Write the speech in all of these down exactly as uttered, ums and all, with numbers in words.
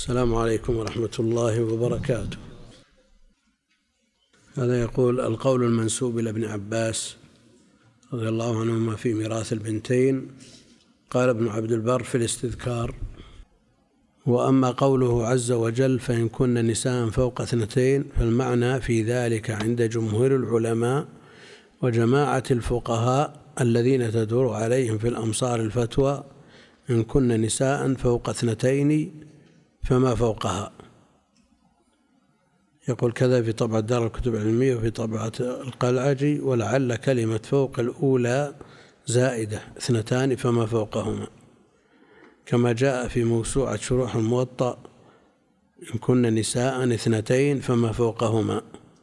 السلام عليكم ورحمة الله وبركاته. هذا يقول: القول المنسوب إلى ابن عباس رضي الله عنهما في ميراث البنتين. قال ابن عبد البر في الاستذكار: وأما قوله عز وجل فإن كن نساء فوق اثنتين، فالمعنى في ذلك عند جمهور العلماء وجماعة الفقهاء الذين تدور عليهم في الأمصار الفتوى: إن كن نساء فوق اثنتين فما فوقها. يقول كذا في طبعة دار الكتب العلمية وفي طبعة القلعجي، ولعل كلمة فوق الأولى زائدة، اثنتان فما فوقهما، كما جاء في موسوعة شروح الموطأ: إن كن نساء اثنتين فما فوقهما.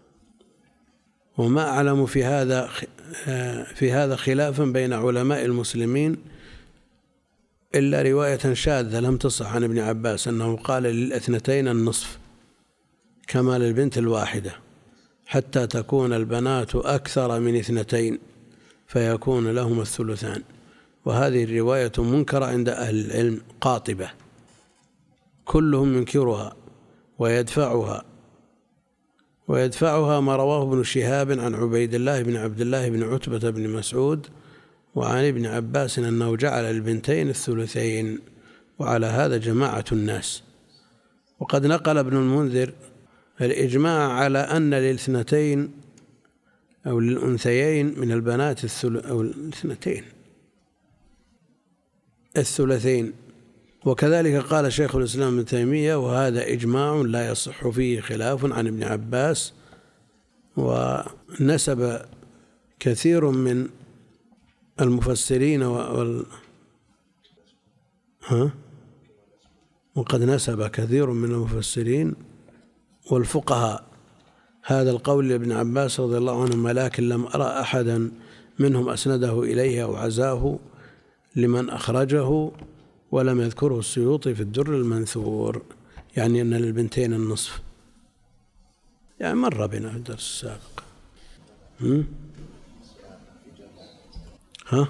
وما أعلم في هذا في هذا خلافا بين علماء المسلمين إلا رواية شاذة لم تصح عن ابن عباس أنه قال للاثنتين النصف كما للبنت الواحدة، حتى تكون البنات أكثر من اثنتين فيكون لهم الثلثان. وهذه الرواية منكرة عند أهل العلم قاطبة، كلهم ينكرها ويدفعها ويدفعها ما رواه ابن شهاب عن عبيد الله بن عبد الله بن عتبة بن مسعود وعن ابن عباس أنه جعل البنتين الثلثين، وعلى هذا جماعة الناس. وقد نقل ابن المنذر الإجماع على أن للاثنتين أو للأنثيين من البنات الثلث أو الاثنتين الثلثين. وكذلك قال شيخ الإسلام ابن تيمية: وهذا إجماع لا يصح فيه خلاف عن ابن عباس. ونسب كثير من المفسرين وال... ها؟ وقد نسب كثير من المفسرين والفقهاء هذا القول لابن عباس رضي الله عنه، لكن لم أرى أحدا منهم أسنده إليه أو عزاه لمن أخرجه، ولم يذكره السيوطي في الدر المنثور، يعني أن للبنتين النصف، يعني مر بنا في الدرس السابق. هم؟ ها؟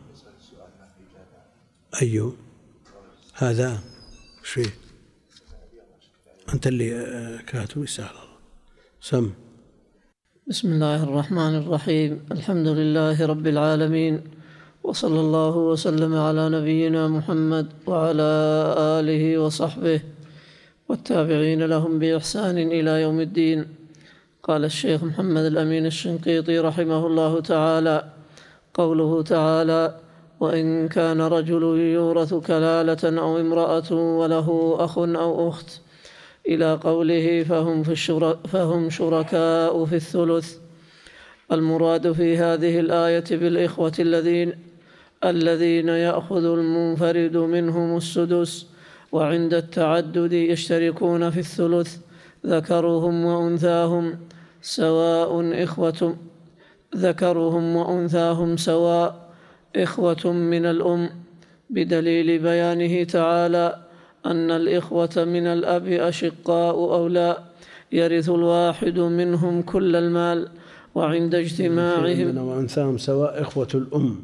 أيوه هذا شيء أنت اللي كاتب يسأل الله. سم. بسم الله الرحمن الرحيم. الحمد لله رب العالمين، وصلى الله وسلم على نبينا محمد وعلى آله وصحبه والتابعين لهم بإحسان إلى يوم الدين. قال الشيخ محمد الأمين الشنقيطي رحمه الله تعالى: قوله تعالى: وإن كان رجل يورث كلالة أو امرأة وله أخ أو أخت، إلى قوله فهم, في الشر... فهم شركاء في الثلث. المراد في هذه الآية بالإخوة الذين الذين يأخذ المنفرد منهم السدس، وعند التعدد يشتركون في الثلث، ذكرهم وأنثاهم سواء إخوة ذكرهم وأنثاهم سواء إخوة من الأم، بدليل بيانه تعالى أن الإخوة من الأب أشقاء أو لا، يرث الواحد منهم كل المال. وعند اجتماعهم وأنثاهم سواء إخوة الأم،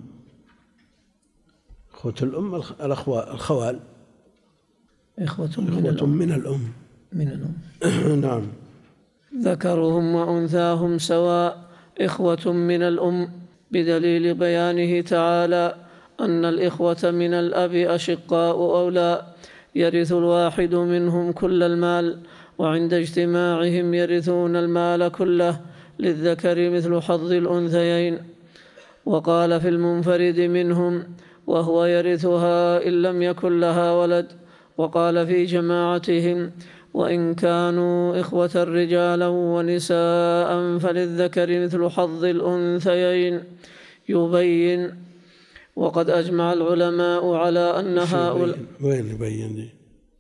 إخوة الأم الأخوة الخوال، إخوة من إخوة الأم من الأم من الأم نعم. ذكرهم وأنثاهم سواء إخوة من الأم، بدليل بيانه تعالى أن الإخوة من الأب أشقاء أو لا، يرث الواحد منهم كل المال. وعند اجتماعهم يرثون المال كله، للذكر مثل حظ الأنثيين. وقال في المنفرد منهم: وهو يرثها إن لم يكن لها ولد. وقال في جماعتهم: وإن كانوا إخوة رجالا ونساء فللذكر مثل حظ الأنثيين. يبين. وقد أجمع العلماء على أن هؤلاء وين يبين دي؟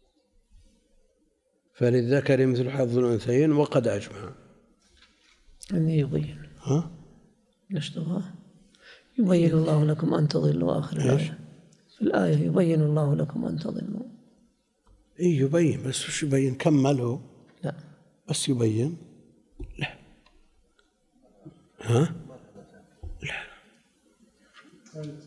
فللذكر مثل حظ الأنثيين. وقد أجمع أني يبين. ها؟ نشتغل. يبين الله لكم أن تضلوا. آخر الآية في الآية يبين الله لكم أن تضلوا. إيه يبين، بس وش يبين؟ كمله. لا بس يبين. لا ها؟ لا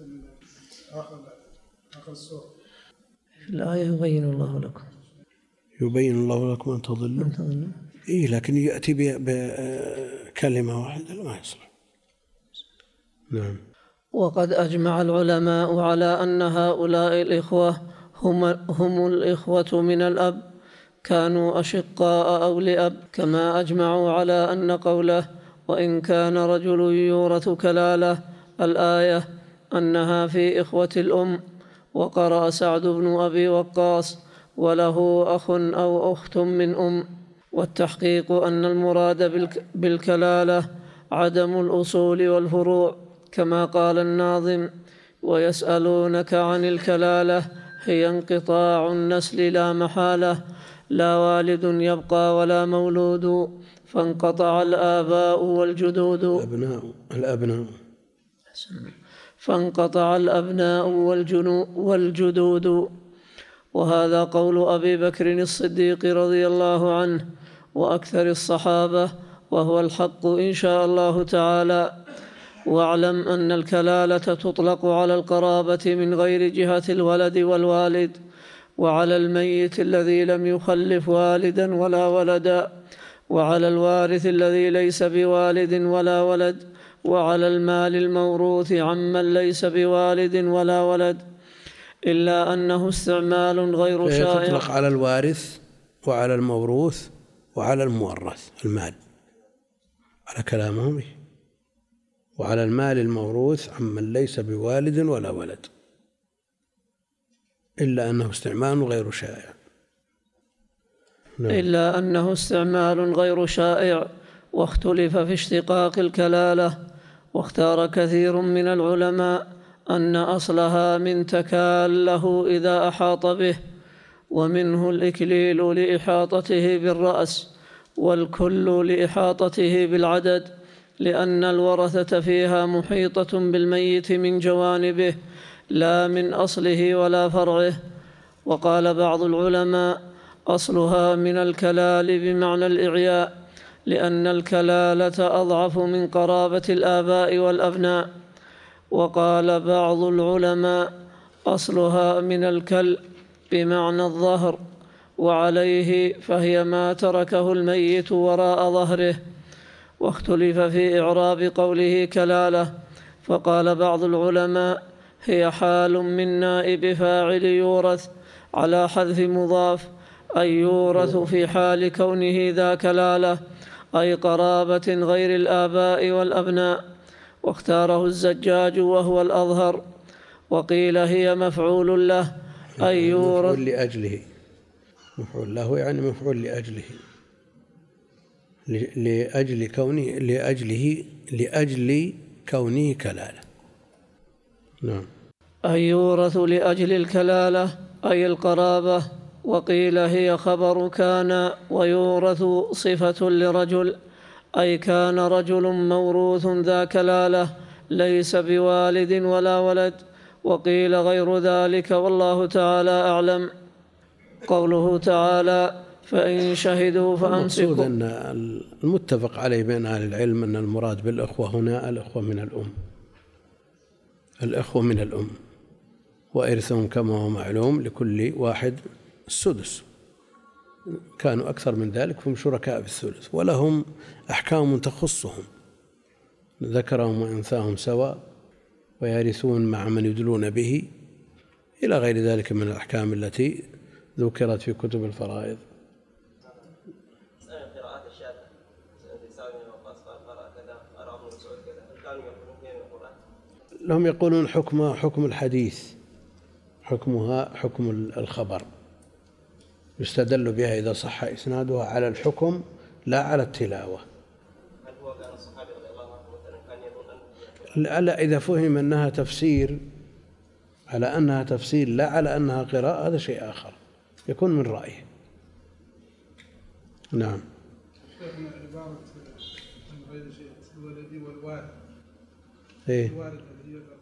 في الآية يبين الله لكم. يبين الله لكم أن تضلوا. إيه لكن يأتي بكلمة واحدة ما يصلح. نعم. وقد أجمع العلماء على أن هؤلاء الإخوة هم, هم الإخوة من الأب، كانوا أشقاء أو لأب، كما أجمعوا على أن قوله وإن كان رجل يورث كلالة الآية أنها في إخوة الأم. وقرأ سعد بن أبي وقاص وله أخ أو أخت من أم. والتحقيق أن المراد بالكلالة عدم الأصول والفروع، كما قال الناظم ويسألونك عن الكلالة هي انقطاع النسل لا محالة، لا والد يبقى ولا مولود فانقطع الآباء والجدود الأبناء الأبناء فانقطع الأبناء والجدود. وهذا قول أبي بكر الصديق رضي الله عنه وأكثر الصحابة، وهو الحق إن شاء الله تعالى. واعلم أن الكلالة تطلق على القرابة من غير جهة الولد والوالد، وعلى الميت الذي لم يخلف والدا ولا ولدا، وعلى الوارث الذي ليس بوالد ولا ولد، وعلى المال الموروث عمن ليس بوالد ولا ولد، إلا أنه استعمال غير شائع. تطلق على الوارث وعلى الموروث وعلى المورث المال على كلامهم، وعلى المال الموروث عمن ليس بوالد ولا ولد، إلا أنه استعمال غير شائع. نعم. إلا أنه استعمال غير شائع. واختلف في اشتقاق الكلالة، واختار كثير من العلماء أن أصلها من تكاله إذا أحاط به، ومنه الإكليل لإحاطته بالرأس، والكل لإحاطته بالعدد، لأن الورثة فيها محيطة بالميت من جوانبه لا من أصله ولا فرعه. وقال بعض العلماء أصلها من الكلال بمعنى الإعياء، لأن الكلالة أضعف من قرابة الآباء والأبناء. وقال بعض العلماء أصلها من الكل بمعنى الظهر، وعليه فهي ما تركه الميت وراء ظهره. واختلف في إعراب قوله كلالة، فقال بعض العلماء هي حال من نائب فاعل يورث على حذف مضاف، أي يورث في حال كونه ذا كلالة، أي قرابة غير الآباء والأبناء. واختاره الزجاج وهو الأظهر. وقيل هي مفعول له، أي يورث مفعول لأجله، مفعول له يعني مفعول لأجله، لأجل كونه لأجله لأجل كونه كلالة. نعم. أي يورث لأجل الكلالة أي القرابة. وقيل هي خبر كان ويورث صفة لرجل، أي كان رجل موروث ذا كلالة ليس بوالد ولا ولد. وقيل غير ذلك والله تعالى أعلم. قوله تعالى فإن شهدوا فأمسكوا. المقصود أن المتفق عليه بين أهل العلم أن المراد بالأخوة هنا الأخوة من الأم، الأخوة من الأم، وإرثهم كما هو معلوم لكل واحد السدس، كانوا أكثر من ذلك هم شركاء في الثلث، ولهم أحكام تخصهم، ذكرهم وأنثاهم سواء، ويرثون مع من يدلون به، إلى غير ذلك من الأحكام التي ذكرت في كتب الفرائض. لهم يقولون حكم حكم الحديث، حكمها حكم الخبر، يستدل بها إذا صح إسنادها على الحكم لا على التلاوة. هل هو كان الصحابي رضي الله عنه مثلا كان يظن أن لا، إذا فهم أنها تفسير على أنها تفسير لا على أنها قراءة هذا شيء آخر، يكون من رأيه. نعم. شيخنا عبارة من غير شيء الولد والوالد. إيه. الوالد الذي يذهب.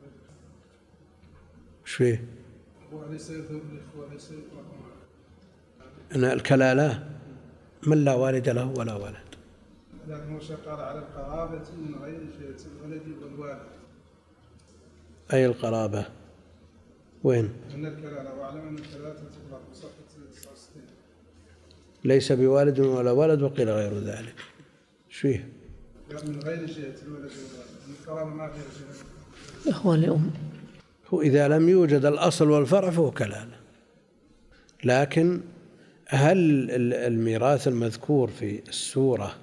وش فيه؟ هو ليس يذهب الإخوة وليس يطلقون. أن الكلالة من لا والد له ولا ولد. لكن هو قال على القرابة من غير شيء الولد والوالد. أي القرابة؟ وين؟ أن الكلالة، وأعلم أن الكلالة تطلق بصفة تسعة وستين. ليس بوالد ولا ولد، وقيل غير ذلك. شو فيه؟ من غير جهة الولد الكرامة ما فيها جهة إخوة لأم. هو إذا لم يوجد الأصل والفرع فهو كلالة. لكن هل الميراث المذكور في السورة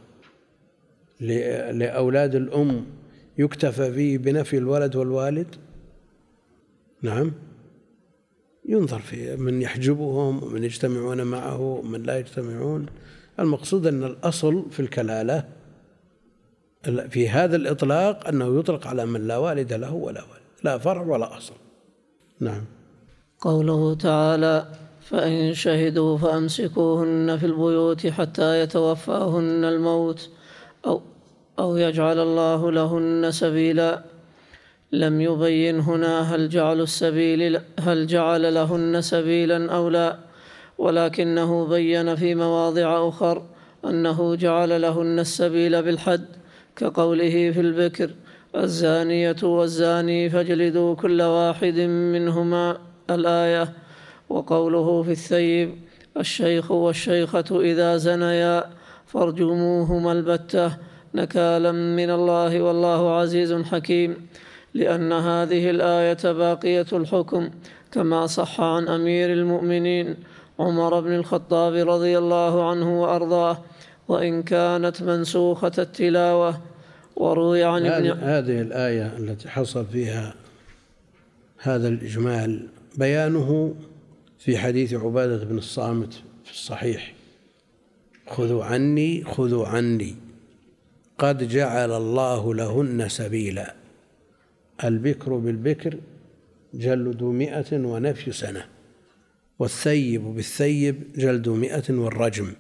لأولاد الأم يكتفى فيه بنفي الولد والوالد؟ نعم، ينظر فيه من يحجبهم ومن يجتمعون معه ومن لا يجتمعون. المقصود أن الأصل في الكلالة في هذا الإطلاق أنه يطلق على من لا والد له ولا ولد، لا فرع ولا أصل. نعم. قوله تعالى: فإن شهدوا فأمسكوهن في البيوت حتى يتوفاهن الموت أو, أو يجعل الله لهن سبيلا. لم يبين هنا هل جعل السبيل هل جعل لهن سبيلا أو لا، ولكنه بين في مواضع أخر أنه جعل لهن السبيل بالحد، كقوله في البكر: الزانية والزاني فاجلدوا كل واحد منهما الآية، وقوله في الثيب: الشيخ والشيخة إذا زنيا فارجموهما البتة، نكالا من الله والله عزيز حكيم، لأن هذه الآية باقية الحكم، كما صح عن أمير المؤمنين عمر بن الخطاب رضي الله عنه وأرضاه، وإن كانت منسوخة التلاوة. وروي عن ابن هذه الآية التي حصل فيها هذا الإجمال بيانه في حديث عبادة بن الصامت في الصحيح: خذوا عني خذوا عني قد جعل الله لهن سبيلا، البكر بالبكر جلد مئة ونفي سنة، والثيب بالثيب جلد مئة والرجم.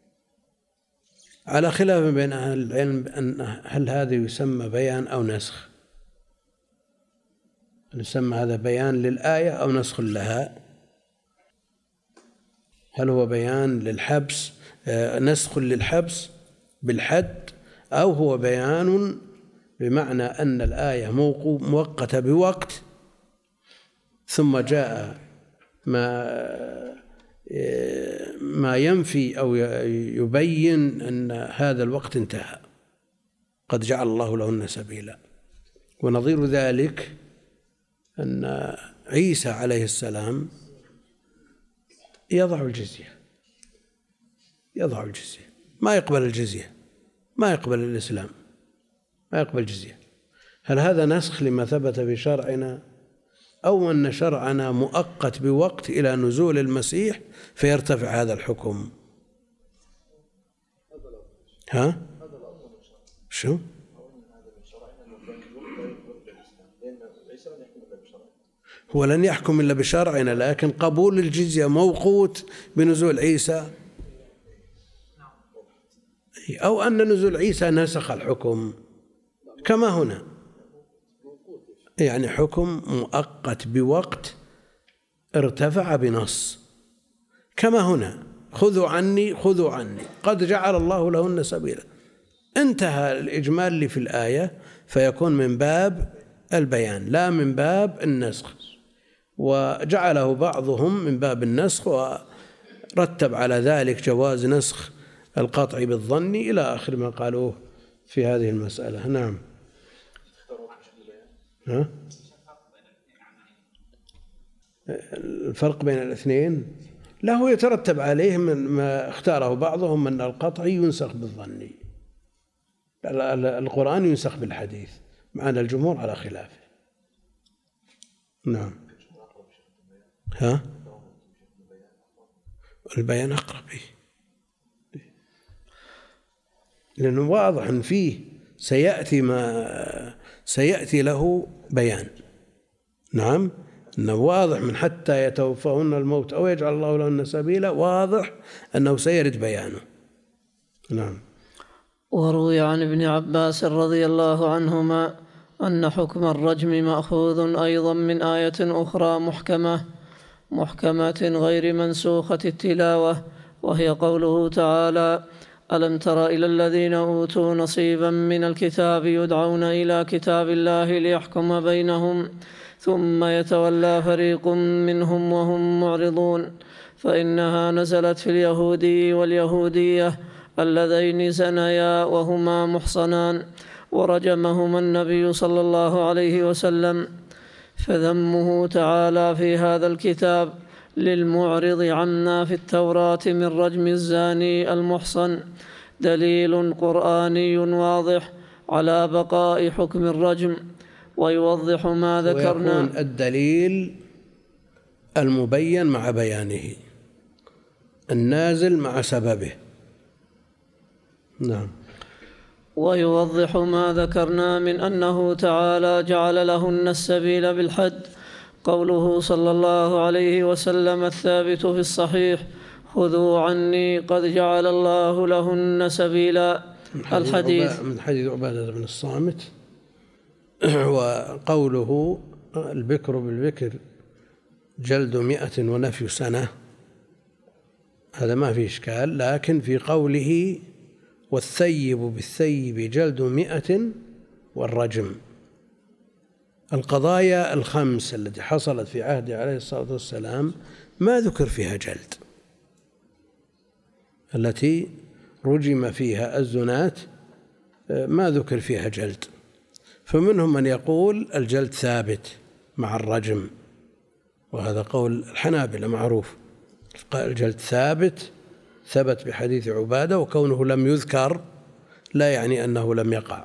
على خلاف بين أهل العلم أن هل هذا يسمى بيان أو نسخ، يسمى هذا بيان للآية أو نسخ لها. هل هو بيان للحبس نسخ للحبس بالحد، أو هو بيان بمعنى أن الآية مؤقتة بوقت ثم جاء ما ما ينفي أو يبين أن هذا الوقت انتهى، قد جعل الله لهن سبيلا. ونظير ذلك أن عيسى عليه السلام يضع الجزية يضع الجزية ما يقبل الجزية، ما يقبل الإسلام، ما يقبل الجزية. هل هذا نسخ لما ثبت في شرعنا، أو أن شرعنا مؤقت بوقت إلى نزول المسيح فيرتفع هذا الحكم؟ ها؟ شو؟ هو لن يحكم إلا بشرعنا، لكن قبول الجزية موقوت بنزول عيسى، أو أن نزول عيسى نسخ الحكم كما هنا، يعني حكم مؤقت بوقت ارتفع بنص، كما هنا: خذوا عني خذوا عني قد جعل الله لهن سبيلا. انتهى الإجمال اللي في الآية، فيكون من باب البيان لا من باب النسخ، وجعله بعضهم من باب النسخ، ورتب على ذلك جواز نسخ القطع بالظن إلى آخر ما قالوه في هذه المسألة. نعم. ها؟ الفرق بين الاثنين له يترتب عليه من ما اختاره بعضهم أن القطع ينسخ بالظن، القرآن ينسخ بالحديث، معنا الجمهور على خلافه. نعم. ها؟ البيان أقرب، لأنه واضح فيه سيأتي ما سيأتي له بيان. نعم، أنه واضح من حتى يتوفاهن الموت أو يجعل الله لهن سبيلا، واضح أنه سيرد بيانه. نعم. وروي عن ابن عباس رضي الله عنهما أن حكم الرجم مأخوذ أيضا من آية أخرى محكمة محكمة غير منسوخة التلاوة، وهي قوله تعالى: ألم تر إلى الذين أوتوا نصيبا من الكتاب يدعون إلى كتاب الله ليحكم بينهم ثم يتولى فريق منهم وهم معرضون، فإنها نزلت في اليهودي واليهودية اللذين زنيا وهما محصنان ورجمهما النبي صلى الله عليه وسلم. فذمه تعالى في هذا الكتاب للمعرض عما في التوراة من رجم الزاني المحصن دليل قرآني واضح على بقاء حكم الرجم، ويوضح ما ذكرنا. ويكون الدليل المبين مع بيانه، النازل مع سببه. نعم. ويوضح ما ذكرنا من أنه تعالى جعل لهن السبيل بالحد، قوله صلى الله عليه وسلم الثابت في الصحيح: خذوا عني قد جعل الله لهن سبيلا. الحديث من حديث عبادة بن الصامت. وقوله البكر بالبكر جلد مئة ونفي سنة، هذا ما في إشكال، لكن في قوله والثيب بالثيب جلد مئة والرجم، القضايا الخمس التي حصلت في عهده عليه الصلاة والسلام ما ذكر فيها جلد، التي رجم فيها الزنات ما ذكر فيها جلد. فمنهم من يقول الجلد ثابت مع الرجم، وهذا قول الحنابلة معروف، الجلد ثابت ثبت بحديث عبادة، وكونه لم يذكر لا يعني أنه لم يقع،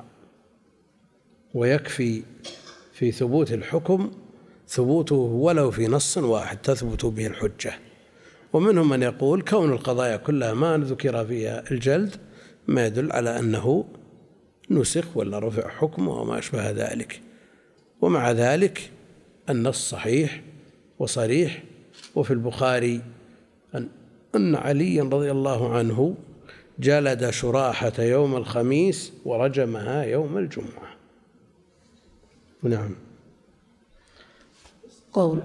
ويكفي في ثبوت الحكم ثبوته ولو في نص واحد تثبت به الحجة. ومنهم من يقول كون القضايا كلها ما ذكر فيها الجلد ما يدل على أنه نسخ ولا رفع حكمه وما أشبه ذلك. ومع ذلك النص صحيح وصريح، وفي البخاري أن عليا رضي الله عنه جلد شراحة يوم الخميس ورجمها يوم الجمعة. نعم. قول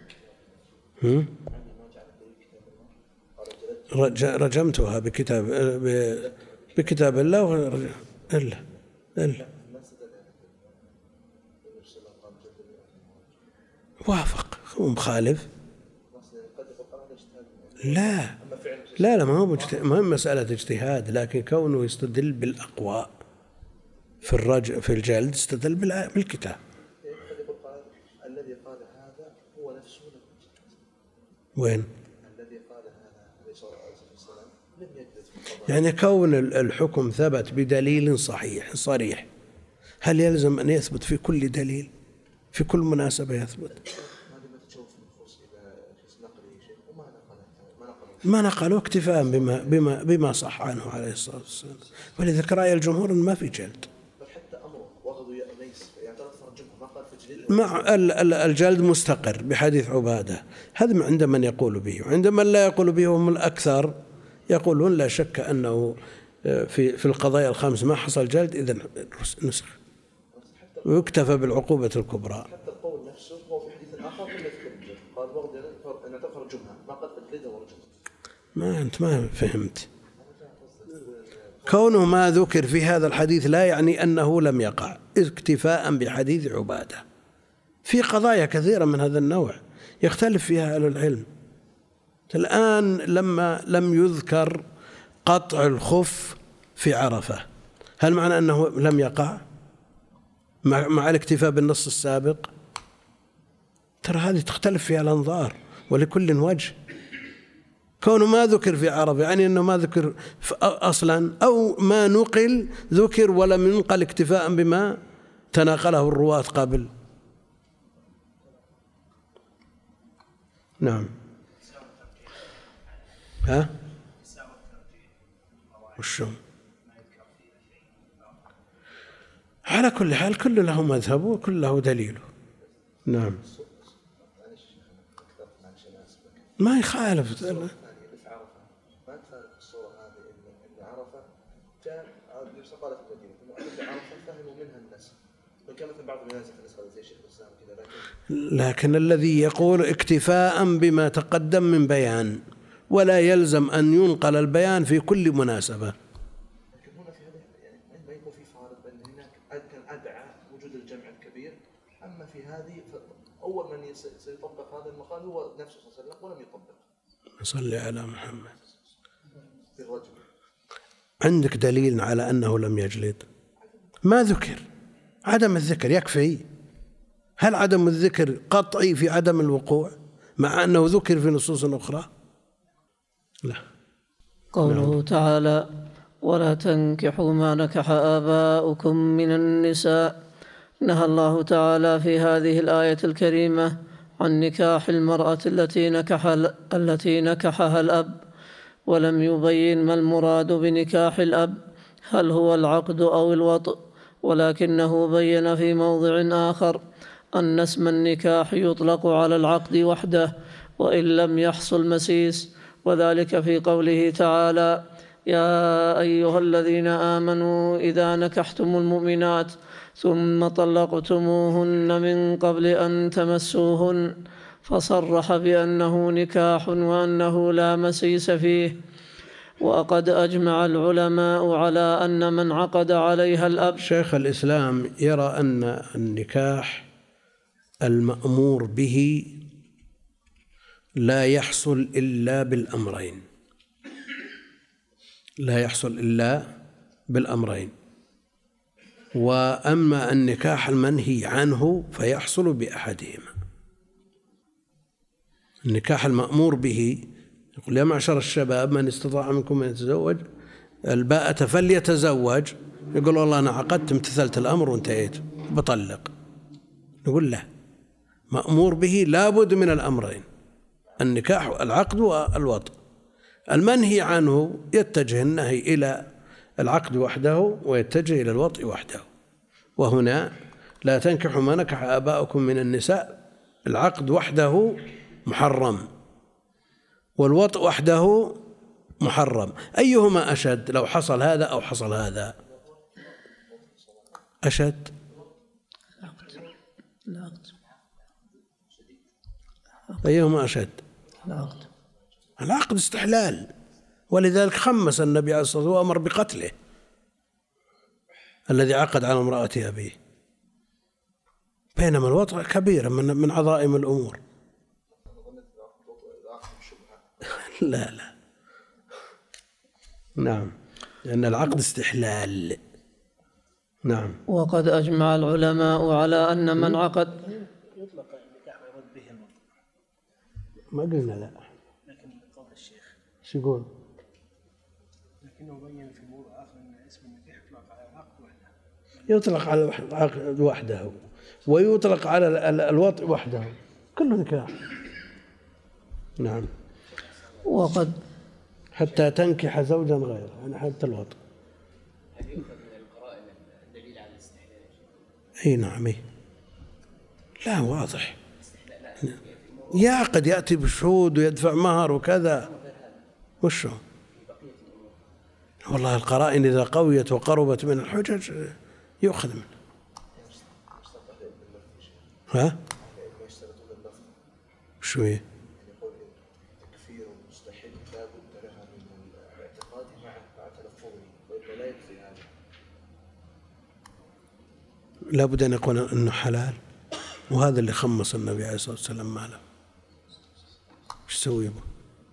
رجمتها بكتاب بكتاب الله إلا إلا وافق مخالف. لا لا لا ما هو ما هي مسألة اجتهاد، لكن كونه يستدل بالأقوى في الرج في الجلد استدل بالكتاب. الذي قال هذا هو نفسه وين؟ الذي قال هذا عليه الصلاة والسلام لم يجلس. يعني كون الحكم ثبت بدليل صحيح صريح، هل يلزم أن يثبت في كل دليل في كل مناسبة يثبت؟ ما نقلوا اكتفاء بما بما بما صح عنه عليه الصلاة والسلام، ولذلك رأي الجمهور ما في جلد. حتى أمره وغضوا ليس يعترض فرجمه ما قال تجليد مع الجلد مستقر بحديث عبادة، هذا عند من يقول به، وعند من لا يقول به هم الأكثر يقولون لا شك أنه في في القضايا الخمس ما حصل جلد إذن نسخ ويكتفى بالعقوبة الكبرى. حتى القول نفسه هو في حديث آخر لم يذكر قال وغضوا أن تفرجمها ما قال تجليد ورجمه. ما أنت ما فهمت. كونه ما ذكر في هذا الحديث لا يعني أنه لم يقع، اكتفاء بحديث عبادة. في قضايا كثيرة من هذا النوع يختلف فيها أهل العلم. الآن لما لم يذكر قطع الخف في عرفة، هل معنى أنه لم يقع مع الاكتفاء بالنص السابق؟ ترى هذه تختلف فيها الأنظار ولكل وجه. كونه ما ذكر في عرفة يعني أنه ما ذكر أصلا، أو ما نقل ذكر ولم ينقل اكتفاء بما تناقله الرواة قبل. نعم. ها؟ وشو؟ على كل حال كل له مذهبه وكل له دليله. نعم. ما يخالف. لكن الذي يقول اكتفاء بما تقدم من بيان، ولا يلزم أن ينقل البيان في كل مناسبة. لكن هنا في هذا يعني ما يكون في فارق بين هناك كان أدعى وجود الجمع الكبير، أما في هذه أول من سيطبق هذا المقال هو نفسه صلى الله عليه وسلم ولم يطبق. صلي على محمد. عندك دليل على أنه لم يجلد؟ ما ذكر، عدم الذكر يكفي. هل عدم الذكر قطعي في عدم الوقوع مع أنه ذكر في نصوص أخرى؟ لا. قوله نعم. تعالى: ولا تنكحوا ما نكح آباؤكم من النساء. نهى الله تعالى في هذه الآية الكريمة عن نكاح المرأة التي نكح التي نكحها الأب، ولم يبين ما المراد بنكاح الأب، هل هو العقد أو الوطء، ولكنه بين في موضع آخر أن اسم النكاح يطلق على العقد وحده وإن لم يحصل مسيس، وذلك في قوله تعالى: يا أيها الذين آمنوا إذا نكحتم المؤمنات ثم طلقتموهن من قبل أن تمسوهن، فصرح بأنه نكاح وأنه لا مسيس فيه. وقد أجمع العلماء على أن من عقد عليها الأب. شيخ الإسلام يرى أن النكاح المأمور به لا يحصل إلا بالأمرين، لا يحصل إلا بالأمرين، وأما النكاح المنهي عنه فيحصل بأحدهما. النكاح المأمور به يقول: يا معشر الشباب من استطاع منكم أن يتزوج الباءة فليتزوج. يقول: والله أنا عقدت، امتثلت الأمر وانتهيت، بطلق. نقول: لا، مأمور به لابد من الأمرين: النكاح العقد والوطء. المنهي عنه يتجه النهي إلى العقد وحده ويتجه إلى الوطء وحده. وهنا لا تنكحوا ما نكح آباؤكم من النساء، العقد وحده محرم والوطء وحده محرم. أيهما أشد لو حصل هذا أو حصل هذا؟ أشد أيهما أشد؟ العقد. العقد استحلال، ولذلك خمس النبي عليه الصلاة والسلام وأمر بقتله الذي عقد على امرأة أبيه، بينما الوطء كبيرة من من عظائم الأمور. لا لا نعم، لأن العقد استحلال. نعم. وقد أجمع العلماء على أن من عقد يطلق النكاح ويرد به الوطء. ما قلنا لا، لكن قول الشيخ شو يقول؟ لكنه بين في موضع آخر أن اسم النكاح يطلق على العقد وحده. يطلق على العقد وحده ويطلق على الوطء وحده، كله نكاح. نعم. وقد حتى تنكح زوجا غيره، يعني حتى الوطء. هل يؤخذ من القرائن الدليل على الاستحلال؟ اي نعم. إيه؟ لا واضح، يعقد يأتي بشهود ويدفع مهر وكذا. وشو؟ والله القرائن إذا قويت وقربت من الحجج يؤخذ منه. ها؟ شو هي؟ تكفير مستحيل لا بد لها من الاعتقاد مع مع تلفظه، وإلا لا يكفي هذا. لا بد أن يكون أنه حلال، وهذا اللي خمس النبي عليه الصلاة والسلام ماله. ايش سوي به؟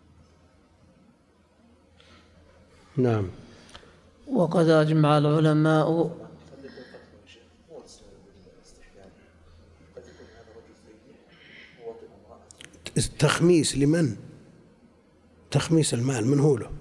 نعم. وقد أجمع العلماء التخميس لمن؟ تخميس المال من هو له؟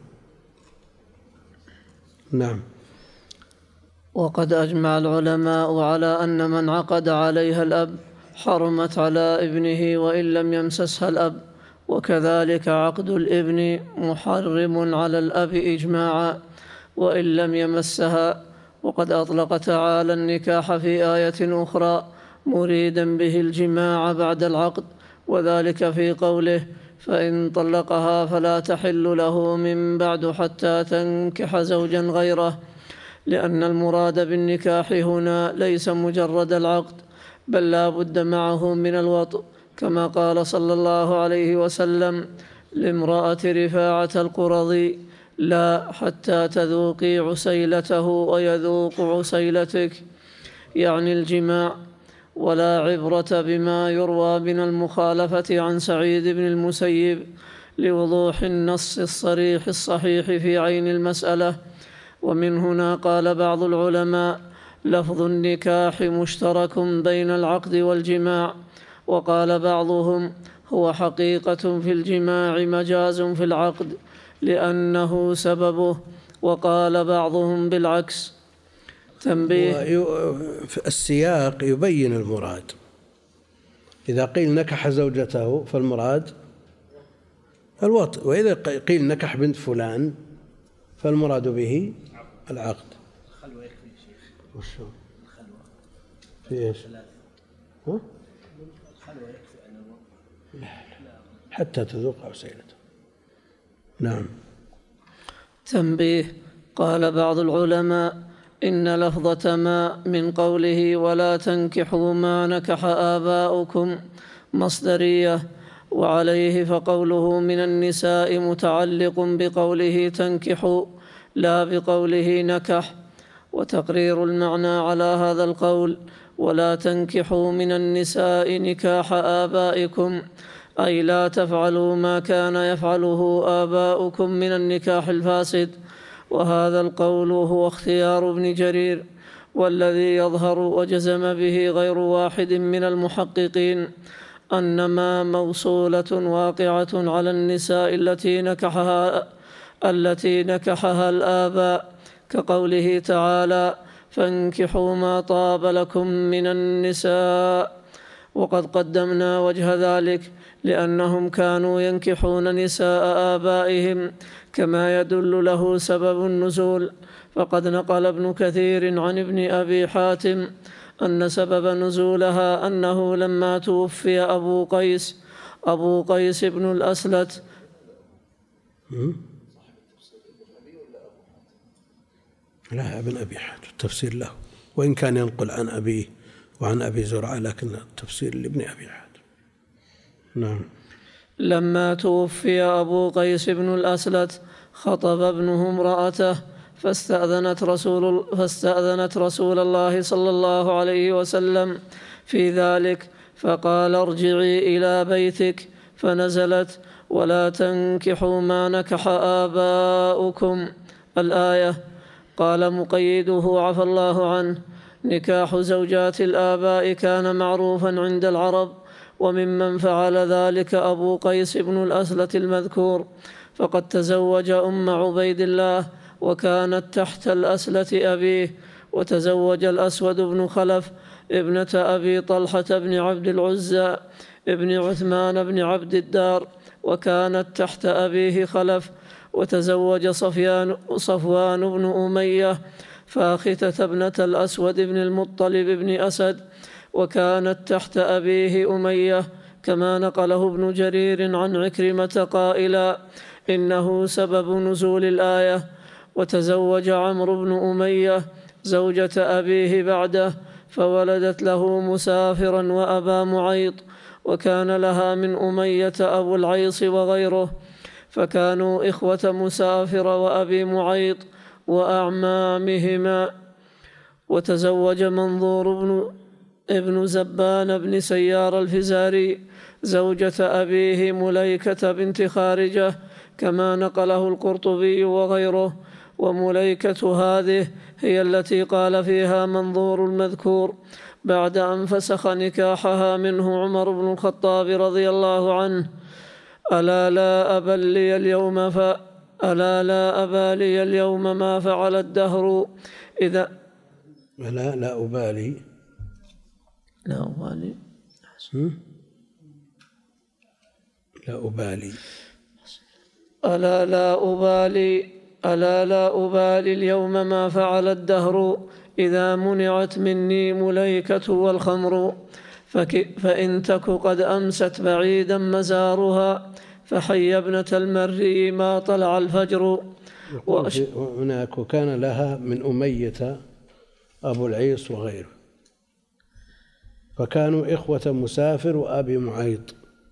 نعم. وقد أجمع العلماء على أن من عقد عليها الأب حرمت على ابنه وإن لم يمسسها الأب، وكذلك عقد الابن محرم على الأب إجماعا وإن لم يمسها. وقد أطلق تعالى النكاح في آية أخرى مريدا به الجماع بعد العقد، وذلك في قوله: فإن طلقها فلا تحل له من بعد حتى تنكح زوجا غيره، لأن المراد بالنكاح هنا ليس مجرد العقد، بل لا بد معه من الوطء، كما قال صلى الله عليه وسلم لامرأة رفاعة القرظي: لا حتى تذوقي عسيلته ويذوق عسيلتك، يعني الجماع. ولا عبرة بما يروى من المخالفة عن سعيد بن المسيب، لوضوح النص الصريح الصحيح في عين المسألة. ومن هنا قال بعض العلماء: لفظ النكاح مشترك بين العقد والجماع. وقال بعضهم: هو حقيقة في الجماع مجاز في العقد لأنه سببه. وقال بعضهم بالعكس. تنبيه: السياق يبين المراد. إذا قيل نكح زوجته فالمراد الوطء، وإذا قيل نكح بنت فلان فالمراد به العقد. الخلوة يكفي شيخ. وشو؟ الخلوة في إيش؟ ها؟ الخلوة يكفي أن لا لا حتى تذوق عسيلته. نعم. تنبيه: قال بعض العلماء: إن لفظة ما من قوله ولا تنكحوا ما نكح آباؤكم مصدرية، وعليه فقوله من النساء متعلق بقوله تنكحوا لا بقوله نكح. وتقرير المعنى على هذا القول ولا تنكحوا من النساء نكاح آبائكم، أي لا تفعلوا ما كان يفعله آباؤكم من النكاح الفاسد. وهذا القول هو اختيار ابن جرير، والذي يظهر وجزم به غير واحد من المحققين أن ما موصولة واقعة على النساء التي نكحها التي نكحها الآباء، كقوله تعالى: فانكحوا ما طاب لكم من النساء. وقد قدمنا وجه ذلك لأنهم كانوا ينكحون نساء آبائهم، كما يدل له سبب النزول. فقد نقل ابن كثير عن ابن أبي حاتم أن سبب نزولها أنه لما توفي أبو قيس أبو قيس بن الأسلت لا ابن أبي حاتم التفسير له، وإن كان ينقل عن أبيه وعن أبي زرعة، لكن التفسير لابن أبي حاتم. نعم. لما توفي أبو قيس بن الأسلت خطب ابنه امرأته فاستأذنت رسول, فاستأذنت رسول الله صلى الله عليه وسلم في ذلك، فقال: ارجعي إلى بيتك. فنزلت: ولا تنكحوا ما نكح آباؤكم الآية. قال مقيده عفى الله عنه: نكاح زوجات الآباء كان معروفا عند العرب، وممن فعل ذلك أبو قيس بن الأسلة المذكور، فقد تزوج أم عبيد الله وكانت تحت الأسلة أبيه، وتزوج الأسود بن خلف ابنة أبي طلحة بن عبد العزى ابن عثمان بن عبد الدار وكانت تحت أبيه خلف، وتزوج صفيان صفوان بن أمية فاختة ابنة الأسود بن المطلب بن أسد وكانت تحت أبيه أمية، كما نقله ابن جرير عن عكرمة قائلا: إنه سبب نزول الآية. وتزوج عمرو بن أمية زوجة أبيه بعده فولدت له مسافرا وأبا معيط، وكان لها من أمية أبو العيص وغيره، فكانوا إخوة مسافر وأبي معيط وأعمامهما. وتزوج منظور بن ابن زبان بن سيار الفزاري زوجة أبيه مليكة بنت خارجة، كما نقله القرطبي وغيره. ومليكة هذه هي التي قال فيها منظور المذكور بعد أن فسخ نكاحها منه عمر بن الخطاب رضي الله عنه: ألا لا أبا لي اليوم ف ألا لا أبا لي اليوم ما فعل الدهر إذا ألا لا أبالي لا أبالي لا أبالي ألا لا أبالي ألا لا أبالي اليوم ما فعل الدهر إذا منعت مني مليكة والخمر، فإن تك قد أمست بعيدا مزارها فحي ابنة المري ما طلع الفجر. هناك وكان لها من أمية أبو العيص وغيره، فكانوا إخوة مسافر وأبي معيط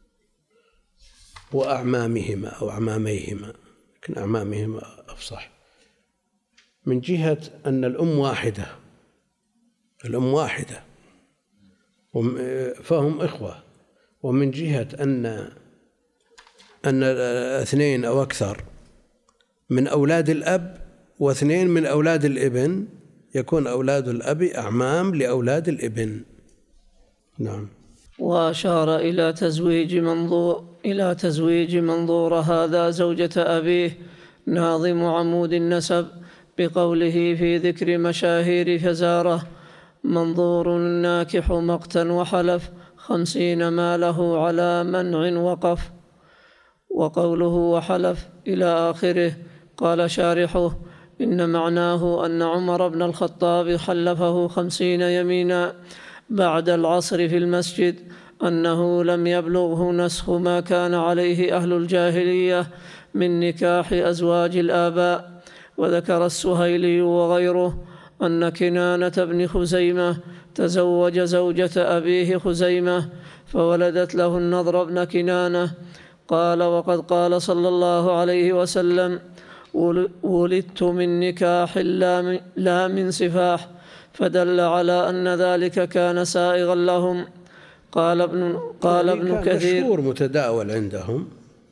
وأعمامهما أو أعماميهما، لكن أعمامهما أفصح، من جهة أن الأم واحدة الأم واحدة فهم إخوة، ومن جهة أن أن اثنين أو أكثر من أولاد الأب واثنين من أولاد الابن يكون أولاد الأب أعمام لأولاد الابن. نعم. وأشار إلى تزويج منظور إلى تزويج منظور هذا زوجة أبيه ناظم عمود النسب بقوله في ذكر مشاهير فزاره: منظور ناكح مقتا وحلف خمسين ما له على منع وقف. وقوله وحلف إلى آخره. قال شارحه: إن معناه أن عمر بن الخطاب حلفه خمسين يمينا بعد العصر في المسجد أنه لم يبلغه نسخ ما كان عليه أهل الجاهلية من نكاح أزواج الآباء. وذكر السهيلي وغيره أن كنانة بن خزيمة تزوج زوجة أبيه خزيمة فولدت له النضر بن كنانة. قال: وقد قال صلى الله عليه وسلم: ولدت من نكاح لا من سفاح، فدل على أن ذلك كان سائغا لهم. قال ابن, قال ابن كثير: مشهور متداول عندهم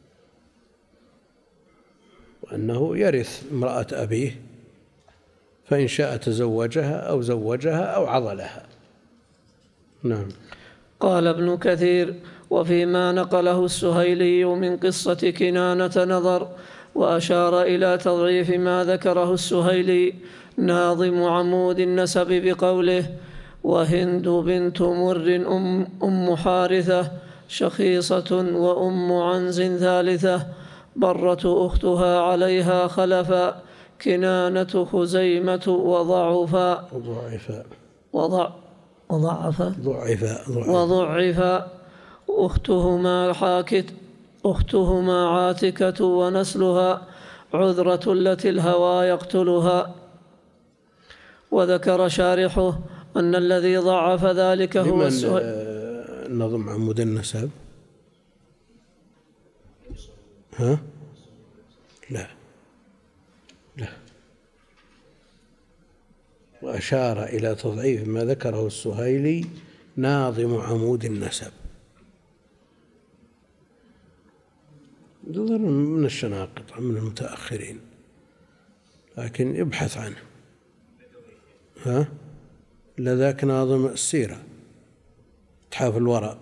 وأنه يرث امرأة أبيه، فإن شاء تزوجها أو زوجها أو عضلها. نعم. قال ابن كثير: وفيما نقله السهيلي من قصة كنانة نظر. وأشار إلى تضعيف ما ذكره السهيلي ناظم عمود النسب بقوله: وهند بنت مر أم, أم حارثة شخيصة وأم عنز ثالثة برة أختها عليها خلفا كنانة خزيمة وضعفا وضعفا وضع وضعفا ضعفا وضعفا أختهما حاكت أختهما عاتكة ونسلها عذرة التي الهوى يقتلها. وذكر شارحه أن الذي ضعف ذلك هو لمن نظم عمود النسب؟ ها؟ لا لا. وأشار إلى تضعيف ما ذكره السهيلي ناظم عمود النسب. ظهر من الشناقطة من المتأخرين، لكن ابحث عنه. ها؟ لذاك ناظم السيرة تحاف الورق.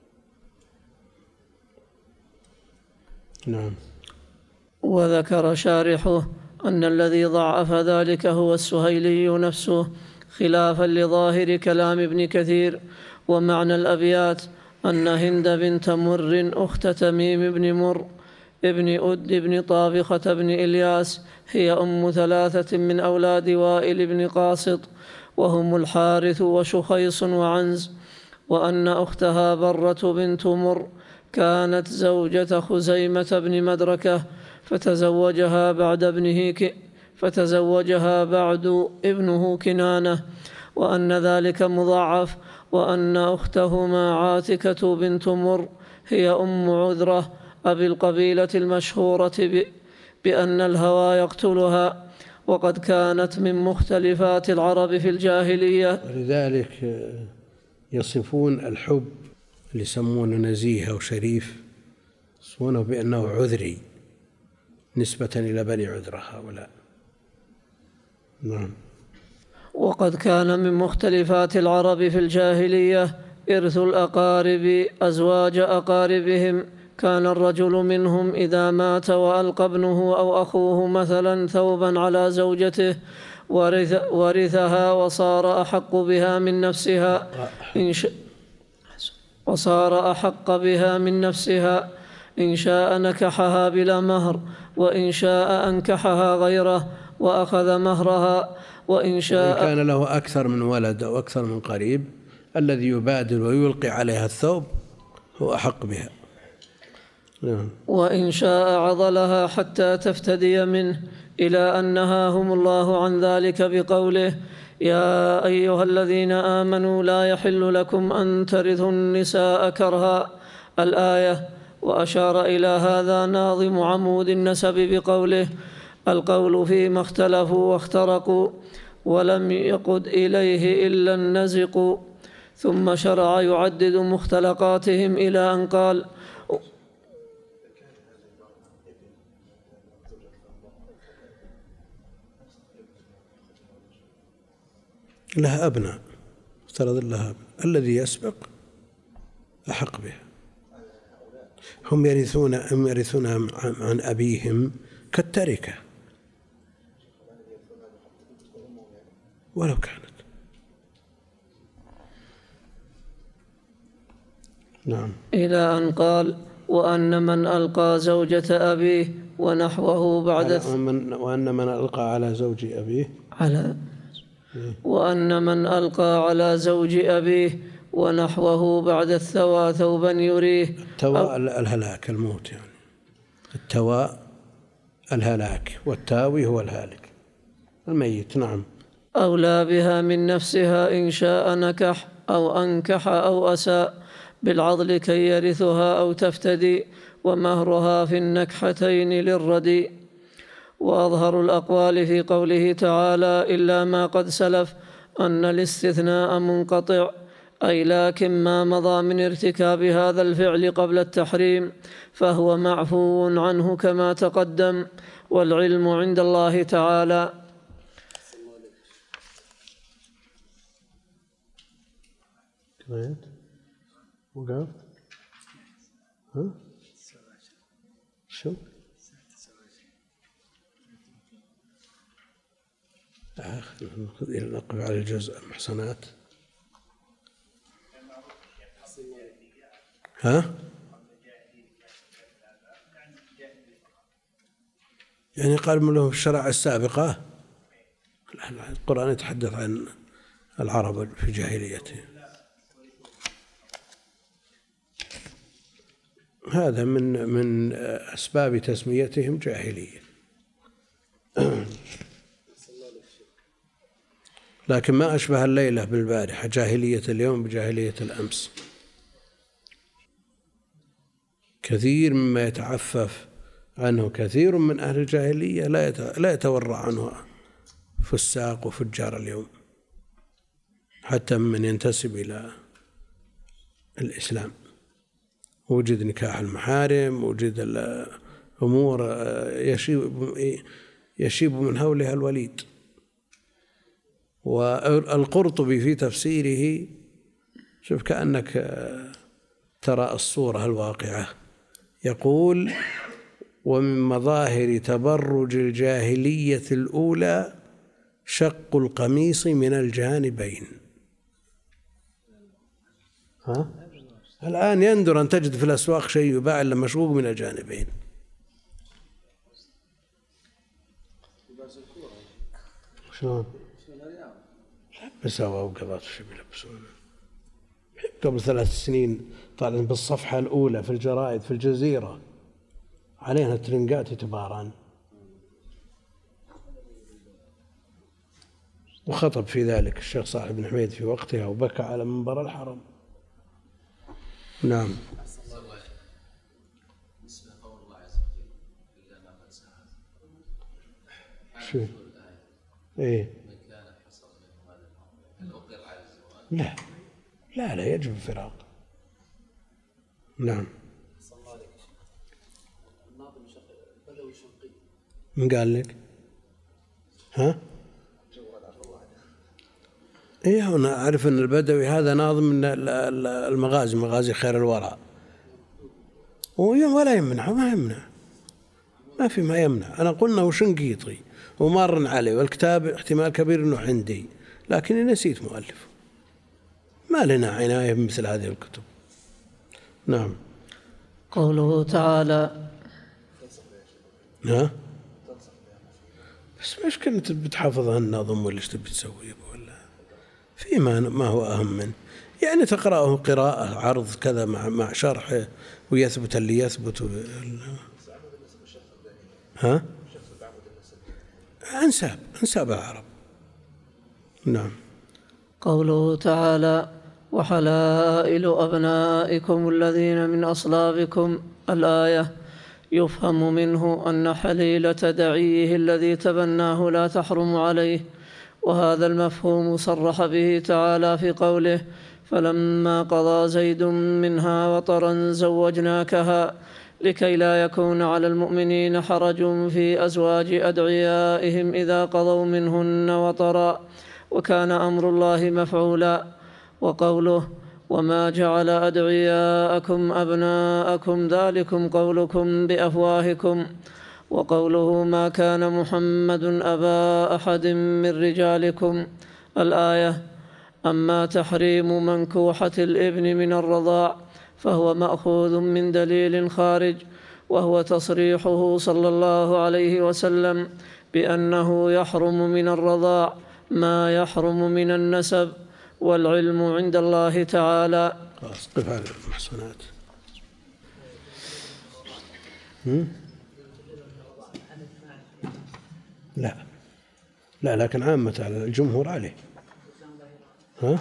نعم. وذكر شارحه أن الذي ضعف ذلك هو السهيلي نفسه خلافا لظاهر كلام ابن كثير. ومعنى الأبيات أن هند بنت مر أخت تميم بن مر ابن أد بن طابخة بن إلياس هي أم ثلاثة من أولاد وائل بن قاسط وهم الحارث وشخيص وعنز. وأن أختها برة بنت مر كانت زوجة خزيمة بن مدركة فتزوجها بعد ابنه ك... فتزوجها بعد ابنه كنانة. وأن ذلك مضاعف. وأن أختهما عاتكة بنت مر هي أم عذرة أبي القبيلة المشهورة ب... بأن الهوى يقتلها، وقد كانت من مختلفات العرب في الجاهلية. لذلك يصفون الحب اللي يسمونه نزيه أو شريف، يصفونه بأنه عذري نسبة إلى بني عذرة هؤلاء. نعم. وقد كان من مختلفات العرب في الجاهلية إرث الأقارب أزواج أقاربهم. كان الرجل منهم إذا مات وألقى ابنه أو أخوه مثلا ثوبا على زوجته ورث ورثها وصار أحق بها من نفسها إن شاء وصار أحق بها من نفسها إن شاء نكحها بلا مهر، وإن شاء أنكحها غيره وأخذ مهرها، وإن شاء وإن كان له أكثر من ولد أو أكثر من قريب الذي يبادر ويلقي عليها الثوب هو أحق بها. وإن شاء عضلها حتى تفتدي منه، إلى أن نهاهم الله عن ذلك بقوله: يا أيها الذين آمنوا لا يحل لكم أن ترثوا النساء كرها، الآية. وأشار إلى هذا ناظم عمود النسب بقوله: القول فيما اختلفوا واخترقوا ولم يقد إليه إلا النزق. ثم شرع يعدد مختلقاتهم إلى أن قال: لها أبناء، افترض لها أبناء، الذي يسبق أحق بها. هم يرثون هم يرثون عن أبيهم كالتركة ولو كانت. نعم. إلى أن قال: وأن من ألقى زوجة أبيه ونحوه بعد وأن من ألقى على زوج أبيه على وأن من ألقى على زوج أبيه ونحوه بعد الثوى ثوبا يريه. التواء الهلاك، الموت يعني. التواء الهلاك، والتاوي هو الهالك الميت. نعم. أولى بها من نفسها إن شاء نكح أو أنكح أو أساء بالعضل كي يرثها أو تفتدي، ومهرها في النكحتين للردي. وأظهر الأقوال في قوله تعالى: إلا ما قد سلف أن الاستثناء منقطع، أي لكن ما مضى من ارتكاب هذا الفعل قبل التحريم فهو معفو عنه كما تقدم، والعلم عند الله تعالى. وقفت؟ ها؟ شو؟ نقف على الجزء المحصنات. ها؟ يعني قال من له في الشرائع السابقة. القرآن يتحدث عن العرب في جاهليتهم. هذا من من أسباب تسميتهم جاهلية. لكن ما أشبه الليلة بالبارحة، جاهلية اليوم بجاهلية الأمس. كثير مما يتعفف عنه كثير من أهل الجاهلية لا يتورع عنه فساق وفجار اليوم، حتى من ينتسب إلى الإسلام. وجد نكاح المحارم، وجد الأمور يشيب يشيب من هولها الوليد. والقرطبي في تفسيره، شوف كأنك ترى الصورة الواقعة، يقول: ومن مظاهر تبرج الجاهلية الأولى شق القميص من الجانبين. ها؟ الآن يندر أن تجد في الأسواق شيء يباع إلا مشقوق من الجانبين. شلون؟ لبسوا وقضات وش بيلبسون. قبل ثلاث سنين طالعين بالصفحة الأولى في الجرائد في الجزيرة عليها ترنقات تباران، وخطب في ذلك الشيخ صالح بن حميد في وقتها وبكى على منبر الحرم. نعم. شو؟ إيه؟ لا لا لا يجب الفراق. نعم. من قال لك؟ ها؟ إيه، أنا أعرف أن البدوي هذا ناظم من المغازي، مغازي خير الورى، ولا يمنع وما يمنع، ما في ما يمنع. أنا قلنا وشنقيطي ومارن عليه، والكتاب احتمال كبير أنه عندي لكني نسيت مؤلفه، ما لنا عناية بمثل هذه الكتب. نعم. قوله تعالى: ها؟ بس مش كنت بتحفظها النظم ولا ايش تبي تسوي ولا في ما ما هو أهم منه، يعني تقرأه قراءة عرض كذا مع مع شرحه ويثبت اللي يثبت. ها؟ أنساب أنساب العرب. نعم. قوله تعالى: وحلائل أبنائكم الذين من أصلابكم، الآية. يفهم منه أن حليلة دعيه الذي تبناه لا تحرم عليه، وهذا المفهوم صرح به تعالى في قوله: فلما قضى زيد منها وطرا زوجناكها، لكي لا يكون على المؤمنين حرج في أزواج أدعيائهم إذا قضوا منهن وطرا. وكان أمر الله مفعولا. وقوله وما جعل أدعياءكم أبناءكم ذلكم قولكم بأفواهكم. وقوله ما كان محمد أبا أحد من رجالكم الآية. أما تحريم منكوحة الابن من الرضاع فهو مأخوذ من دليل خارج، وهو تصريحه صلى الله عليه وسلم بأنه يحرم من الرضاع ما يحرم من النسب، والعلم عند الله تعالى. خلاص قف على المحصنات. لا لا لكن عامة على الجمهور عليه. ها؟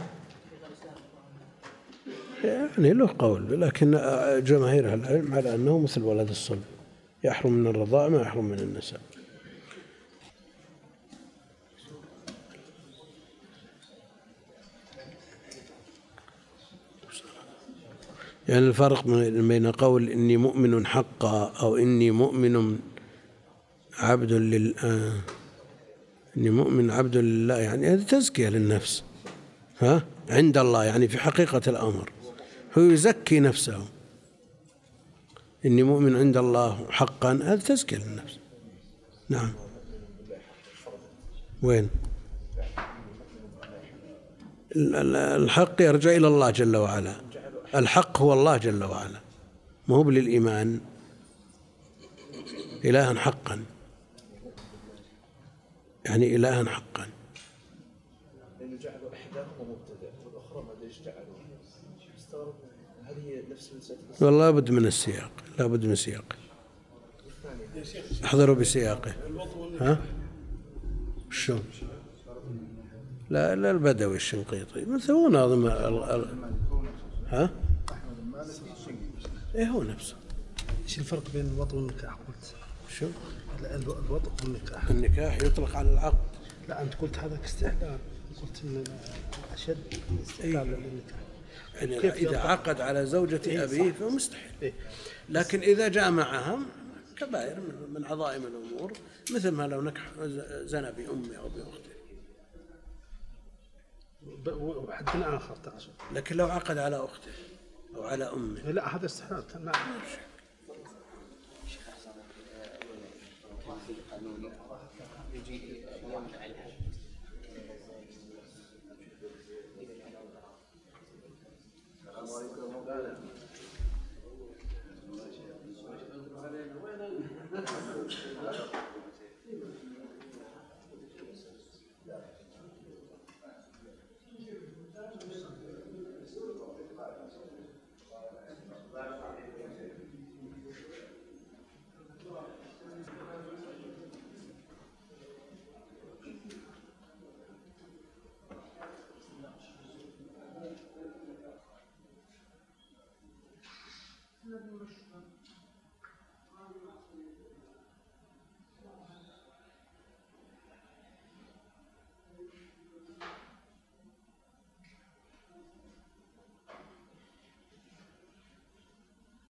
يعني له قول، لكن جماهير العلم على أنه مثل ولد الصلب، يحرم من الرضاع ما يحرم من النسب. يعني الفرق بين قول إني مؤمن حقا أو إني مؤمن عبد لله، إني مؤمن عبد لله، يعني هذه تزكية للنفس ها عند الله، يعني في حقيقة الأمر هو يزكي نفسه. إني مؤمن عند الله حقا، هذا تزكية للنفس. نعم. وين الحق؟ يرجع إلى الله جل وعلا. الحق هو الله جل وعلا، ما هو للإيمان إلها حقا، يعني إلها حقا. لأنه جعلوا إحداهما مبتدأ والأخرى ما ليش جعلوا، استغرب هل هي نفس المسألة؟ والله لابد من السياق، لابد من سياق، احضروا بسياقه. ها شو؟ لا لا البدوي الشنقيطي مثل هو ناظم ال... ها؟ ايه هو نفسه. ايش الفرق بين الوطء والنكاح قلت؟ شو؟ الوطء والنكاح. النكاح يطلق على العقد. لا أنت قلت هذا استحلال، قلت إن أشد استحلال للنكاح. يعني إذا عقد على زوجة أبيه فهو مستحيل، لكن إذا جامعها كبائر من عظائم الأمور، مثل ما لو نكح زنى بأمه أو بأخته. وحد آخر تقصد. لكن لو عقد على أخته أو على أمه لا هذا استحلال. نعم.